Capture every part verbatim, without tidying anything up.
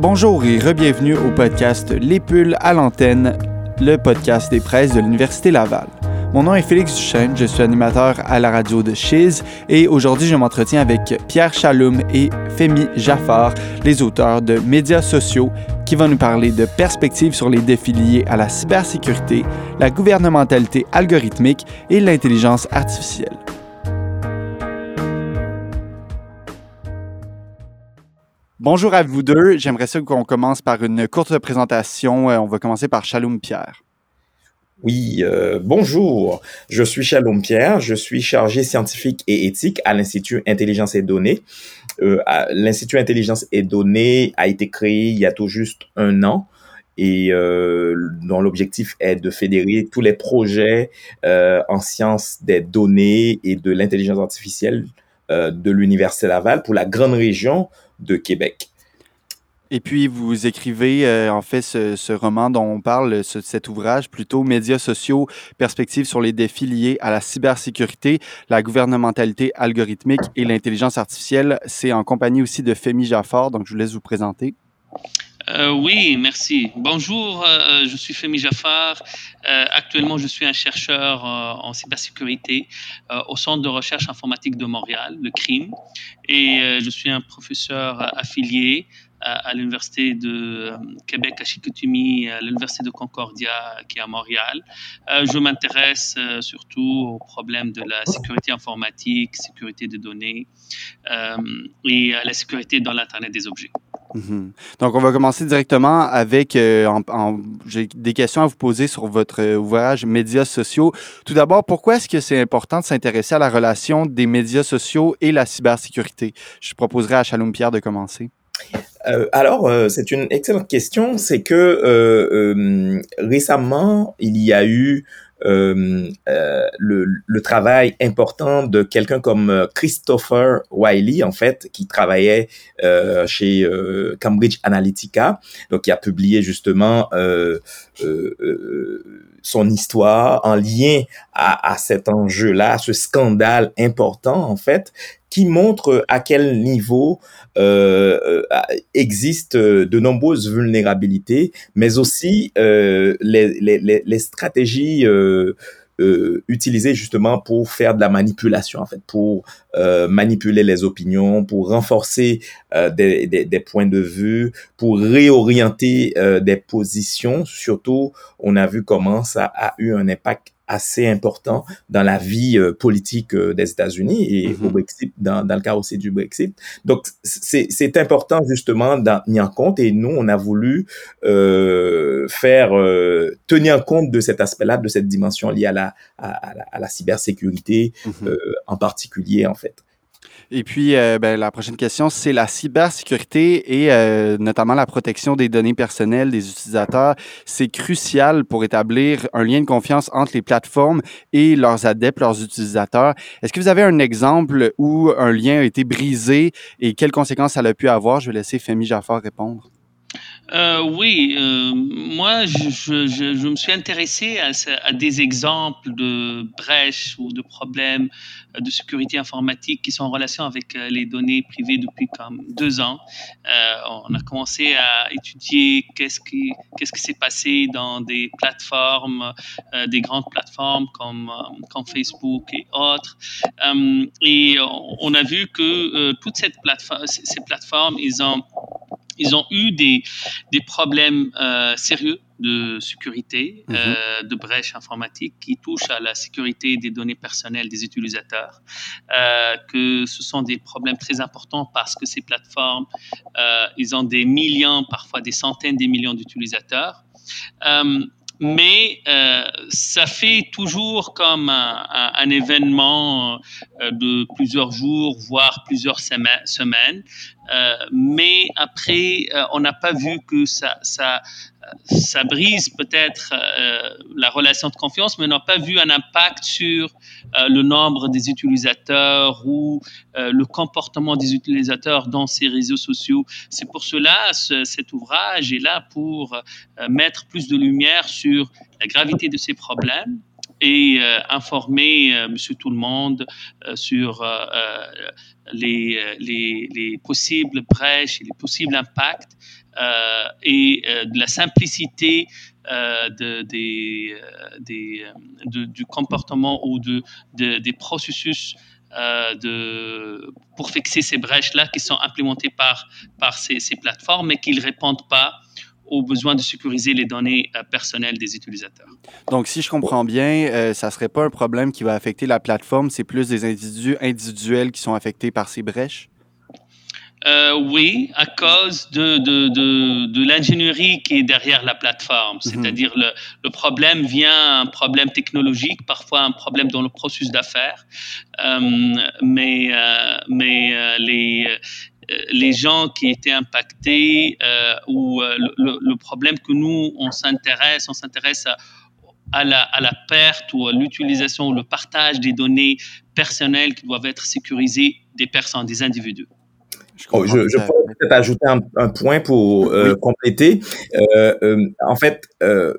Bonjour et re-bienvenue au podcast Les Pulls à l'antenne, le podcast des presses de l'Université Laval. Mon nom est Félix Duchesne, je suis animateur à la radio de Chiz et aujourd'hui je m'entretiens avec Pierre Chaloum et Femi Jaffar, les auteurs de Médias sociaux, qui vont nous parler de perspectives sur les défis liés à la cybersécurité, la gouvernementalité algorithmique et l'intelligence artificielle. Bonjour à vous deux. J'aimerais ça qu'on commence par une courte présentation. On va commencer par Chaloum Pierre. Oui, euh, bonjour. Je suis Chaloum Pierre. Je suis chargé scientifique et éthique à l'Institut Intelligence et Données. Euh, L'Institut Intelligence et Données a été créé il y a tout juste un an et euh, dont l'objectif est de fédérer tous les projets euh, en sciences des données et de l'intelligence artificielle euh, de l'Université Laval pour la grande région de Québec. Et puis, vous écrivez, euh, en fait, ce, ce roman dont on parle, ce, cet ouvrage, plutôt Médias sociaux, perspectives sur les défis liés à la cybersécurité, la gouvernementalité algorithmique et l'intelligence artificielle. C'est en compagnie aussi de Femi Jaffar, donc je vous laisse vous présenter. Euh, oui, merci. Bonjour, euh, je suis Femi Jaffar. Euh, actuellement, je suis un chercheur euh, en cybersécurité euh, au Centre de recherche informatique de Montréal, le C R I M, et euh, je suis un professeur affilié euh, à l'Université de euh, Québec à Chicoutimi, à l'Université de Concordia qui est à Montréal. Euh, je m'intéresse euh, surtout aux problèmes de la sécurité informatique, sécurité des données euh, et à la sécurité dans l'Internet des objets. Mm-hmm. Donc, on va commencer directement avec, euh, en, en, j'ai des questions à vous poser sur votre euh, ouvrage Médias sociaux. Tout d'abord, pourquoi est-ce que c'est important de s'intéresser à la relation des médias sociaux et la cybersécurité? Je proposerai à Chaloum Pierre de commencer. Euh, alors, euh, c'est une excellente question. C'est que euh, euh, récemment, il y a eu Euh, euh, le, le travail important de quelqu'un comme Christopher Wylie, en fait, qui travaillait euh, chez euh, Cambridge Analytica, donc qui a publié justement euh, euh, euh, son histoire en lien à, à cet enjeu-là, à ce scandale important, en fait, qui montre à quel niveau euh, existent de nombreuses vulnérabilités, mais aussi euh, les, les, les stratégies euh, euh, utilisées justement pour faire de la manipulation, en fait, pour euh, manipuler les opinions, pour renforcer euh, des, des, des points de vue, pour réorienter euh, des positions. Surtout, on a vu comment ça a eu un impact assez important dans la vie euh, politique euh, des États-Unis et mm-hmm. au Brexit, dans, dans le cas aussi du Brexit. Donc, c'est, c'est important justement d'en tenir compte et nous, on a voulu euh, faire euh, tenir compte de cet aspect-là, de cette dimension liée à la, à, à la, à la cybersécurité mm-hmm. euh, en particulier, en fait. Et puis, euh, ben, la prochaine question, c'est la cybersécurité et euh, notamment la protection des données personnelles des utilisateurs. C'est crucial pour établir un lien de confiance entre les plateformes et leurs adeptes, leurs utilisateurs. Est-ce que vous avez un exemple où un lien a été brisé et quelles conséquences ça a pu avoir? Je vais laisser Femi Jaffar répondre. Euh, oui, euh, moi, je, je, je me suis intéressé à, à des exemples de brèches ou de problèmes de sécurité informatique qui sont en relation avec les données privées depuis comme deux ans. Euh, on a commencé à étudier qu'est-ce qui, qu'est-ce qui s'est passé dans des plateformes, euh, des grandes plateformes comme, comme Facebook et autres. Euh, et on a vu que euh, toutes cette plateforme, ces plateformes, ils ont Ils ont eu des, des problèmes euh, sérieux de sécurité, mm-hmm. euh, de brèches informatiques qui touchent à la sécurité des données personnelles des utilisateurs, euh, que ce sont des problèmes très importants parce que ces plateformes, euh, ils ont des millions, parfois des centaines de millions d'utilisateurs. Euh, mais euh, ça fait toujours comme un, un, un événement euh, de plusieurs jours, voire plusieurs sema- semaines. Euh, mais après, euh, on n'a pas vu que ça, ça, ça brise peut-être euh, la relation de confiance, mais on n'a pas vu un impact sur euh, le nombre des utilisateurs ou euh, le comportement des utilisateurs dans ces réseaux sociaux. C'est pour cela ce, cet ouvrage est là pour euh, mettre plus de lumière sur la gravité de ces problèmes et euh, informer euh, Monsieur Tout le Monde euh, sur euh, les, les, les possibles brèches et les possibles impacts euh, et euh, de la simplicité euh, de, des, euh, des, de, du comportement ou de, de, des processus euh, de, pour fixer ces brèches-là qui sont implémentées par, par ces, ces plateformes et qui ne répondent pas aux besoins de sécuriser les données euh, personnelles des utilisateurs. Donc, si je comprends bien, euh, ça ne serait pas un problème qui va affecter la plateforme, c'est plus des individus individuels qui sont affectés par ces brèches? Euh, oui, à cause de, de, de, de l'ingénierie qui est derrière la plateforme. C'est-à-dire mm-hmm. le, le problème vient un problème technologique, parfois un problème dans le processus d'affaires. Euh, mais euh, mais euh, les, les gens qui étaient impactés euh, ou euh, le, le problème que nous, on s'intéresse, on s'intéresse à À la, à la perte ou à l'utilisation ou le partage des données personnelles qui doivent être sécurisées des personnes, des individus. Je, oh, je, je pourrais peut-être ajouter un, un point pour euh, oui. compléter. Euh, euh, en fait, euh,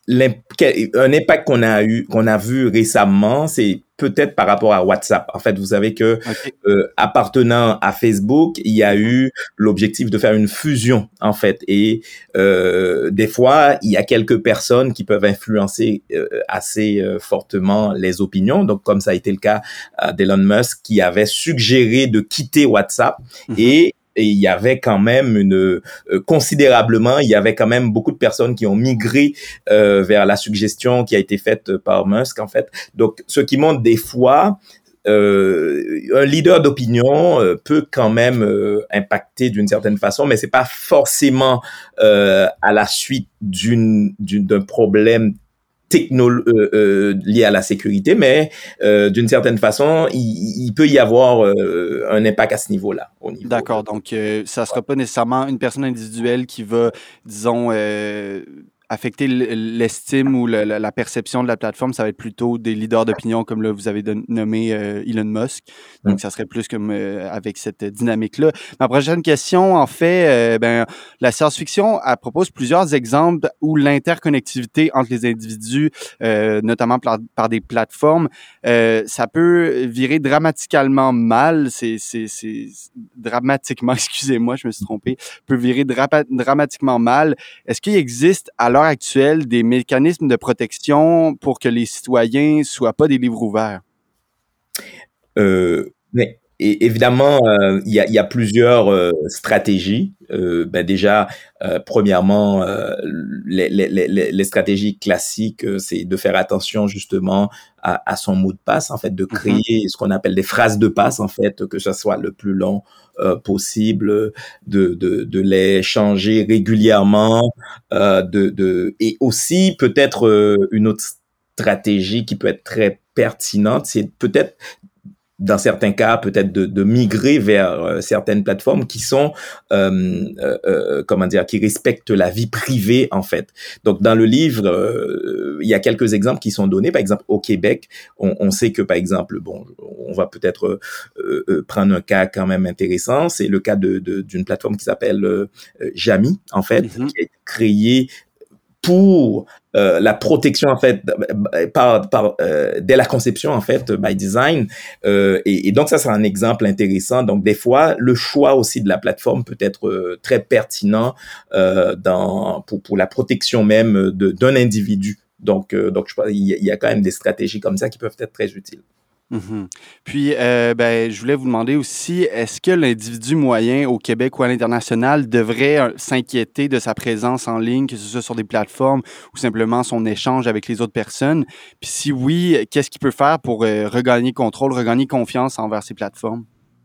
un impact qu'on a eu, qu'on a vu récemment, c'est peut-être par rapport à WhatsApp. En fait, vous savez que okay. euh, appartenant à Facebook, il y a eu l'objectif de faire une fusion, en fait. Et euh, des fois, il y a quelques personnes qui peuvent influencer euh, assez euh, fortement les opinions. Donc, comme ça a été le cas euh, d'Elon Musk, qui avait suggéré de quitter WhatsApp mm-hmm. et Et il y avait quand même une euh, considérablement, il y avait quand même beaucoup de personnes qui ont migré euh, vers la suggestion qui a été faite par Musk en fait. Donc, ce qui montre des fois euh, un leader d'opinion euh, peut quand même euh, impacter d'une certaine façon, mais c'est pas forcément euh, à la suite d'une, d'une d'un problème techno euh, euh, lié à la sécurité, mais euh, d'une certaine façon, il, il peut y avoir euh, un impact à ce niveau-là. Au niveau D'accord, de... donc euh, ça ne sera pas nécessairement une personne individuelle qui va, disons, euh, affecter l'estime ou le, la perception de la plateforme, ça va être plutôt des leaders d'opinion, comme là, vous avez de, nommé euh, Elon Musk. Donc, mm. ça serait plus comme euh, avec cette dynamique-là. Ma prochaine question, en fait, euh, ben, la science-fiction, elle propose plusieurs exemples où l'interconnectivité entre les individus, euh, notamment par, par des plateformes, euh, ça peut virer dramatiquement mal. C'est, c'est, c'est dramatiquement, excusez-moi, je me suis trompé, peut virer dra- dramatiquement mal. Est-ce qu'il existe à l'heure actuelle des mécanismes de protection pour que les citoyens soient pas des livres ouverts? Euh, mais et évidemment, euh, il y, a, y a plusieurs euh, stratégies. Euh, ben déjà, euh, premièrement, euh, les, les, les, les stratégies classiques, euh, c'est de faire attention justement à, à son mot de passe, en fait, de créer mm-hmm. ce qu'on appelle des phrases de passe, en fait, que ça soit le plus long euh, possible, de, de, de les changer régulièrement, euh, de, de, et aussi peut-être euh, une autre stratégie qui peut être très pertinente, c'est peut-être dans certains cas, peut-être de, de migrer vers euh, certaines plateformes qui sont, euh, euh, comment dire, qui respectent la vie privée, en fait. Donc, dans le livre, euh, il y a quelques exemples qui sont donnés. Par exemple, au Québec, on, on sait que, par exemple, bon, on va peut-être euh, euh, prendre un cas quand même intéressant. C'est le cas de, de, d'une plateforme qui s'appelle euh, Jamy, en fait, mm-hmm. qui a été créée pour euh, la protection en fait par par euh, dès la conception en fait by design euh, et, et donc ça c'est un exemple intéressant. Donc des fois le choix aussi de la plateforme peut être euh, très pertinent euh, dans pour pour la protection même de d'un individu. Donc euh, donc je pense il y, a, il y a quand même des stratégies comme ça qui peuvent être très utiles. Mm-hmm. Puis, euh, ben, je voulais vous demander aussi, est-ce que l'individu moyen au Québec ou à l'international devrait euh, s'inquiéter de sa présence en ligne, que ce soit sur des plateformes ou simplement son échange avec les autres personnes? Puis si oui, qu'est-ce qu'il peut faire pour euh, regagner contrôle, regagner confiance envers ces plateformes?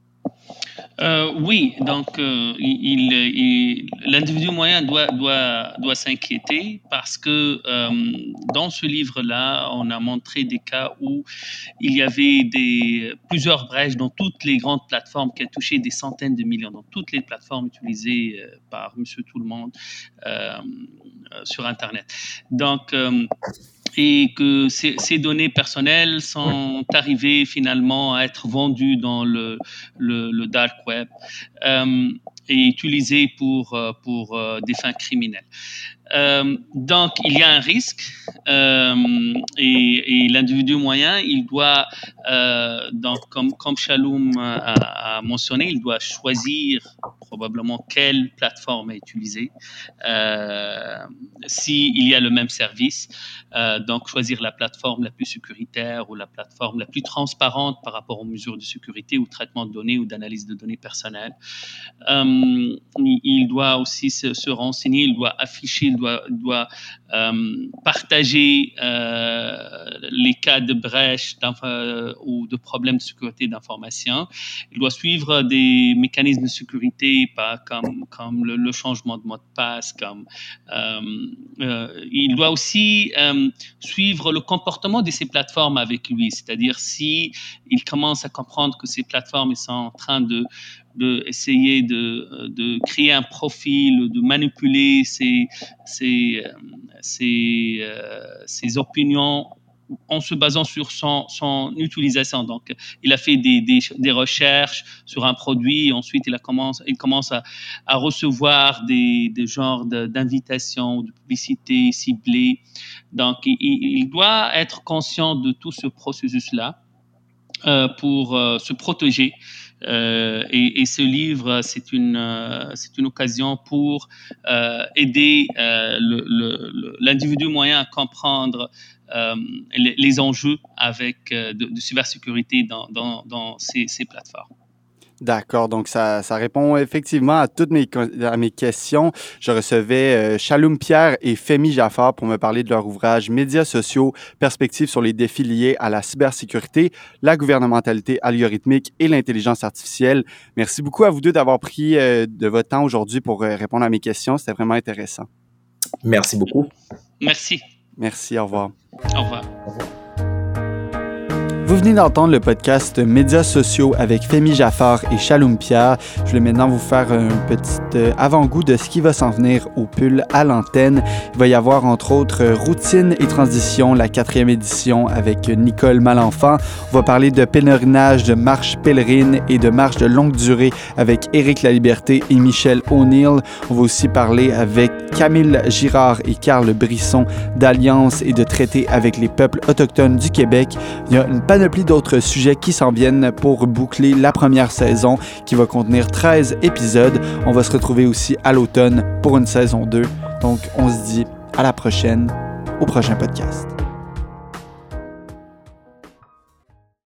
Euh, oui, donc euh, il, il, l'individu moyen doit, doit, doit s'inquiéter parce que euh, dans ce livre-là, on a montré des cas où il y avait des, plusieurs brèches dans toutes les grandes plateformes qui ont touché des centaines de millions, dans toutes les plateformes utilisées euh, par Monsieur Tout-le-Monde euh, sur Internet. Donc, euh, et que ces, ces données personnelles sont arrivées finalement à être vendues dans le, le, le dark web euh, et utilisées pour, pour euh, des fins criminelles. Euh, donc, il y a un risque euh, et, et l'individu moyen, il doit, euh, donc, comme, comme Shalom a, a mentionné, il doit choisir probablement quelle plateforme utiliser euh, s'il y a le même service. Euh, donc, choisir la plateforme la plus sécuritaire ou la plateforme la plus transparente par rapport aux mesures de sécurité ou traitement de données ou d'analyse de données personnelles. Euh, il doit aussi se, se renseigner, il doit afficher, il doit, doit euh, partager euh, les cas de brèche euh, ou de problèmes de sécurité d'information. Il doit suivre des mécanismes de sécurité pas comme, comme le, le changement de mot de passe. Comme, euh, euh, il doit aussi euh, suivre le comportement de ces plateformes avec lui, c'est-à-dire si il commence à comprendre que ces plateformes sont en train de d'essayer de, de créer un profil, de manipuler ses, ses, ses, euh, ses opinions en se basant sur son, son utilisation. Donc, il a fait des, des, des recherches sur un produit, ensuite il, a commencé, il commence à, à recevoir des, des genres d'invitations, de publicités ciblées. Donc, il, il doit être conscient de tout ce processus-là euh, pour euh, se protéger. Euh, et, et ce livre, c'est une, euh, c'est une occasion pour euh, aider euh, le, le, l'individu moyen à comprendre euh, les, les enjeux avec, euh, de, de cybersécurité dans, dans, dans ces, ces plateformes. D'accord, donc ça, ça répond effectivement à toutes mes, à mes questions. Je recevais euh, Shalom Pierre et Femi Jaffar pour me parler de leur ouvrage « Médias sociaux, perspectives sur les défis liés à la cybersécurité, la gouvernementalité algorithmique et l'intelligence artificielle ». Merci beaucoup à vous deux d'avoir pris euh, de votre temps aujourd'hui pour euh, répondre à mes questions. C'était vraiment intéressant. Merci beaucoup. Merci. Merci, au revoir. Au revoir. Au revoir. Vous venez d'entendre le podcast Médias sociaux avec Femi Jaffar et Shalom Pierre. Je vais maintenant vous faire un petit avant-goût de ce qui va s'en venir au Pull à l'antenne. Il va y avoir entre autres Routine et Transition, la quatrième édition avec Nicole Malenfant. On va parler de pèlerinage, de marche pèlerine et de marche de longue durée avec Éric Laliberté et Michel O'Neill. On va aussi parler avec Camille Girard et Carl Brisson d'Alliance et de traiter avec les peuples autochtones du Québec. Il y a une panoplie d'autres sujets qui s'en viennent pour boucler la première saison qui va contenir treize épisodes. On va se retrouver aussi à l'automne pour une saison deux. Donc, on se dit à la prochaine, au prochain podcast.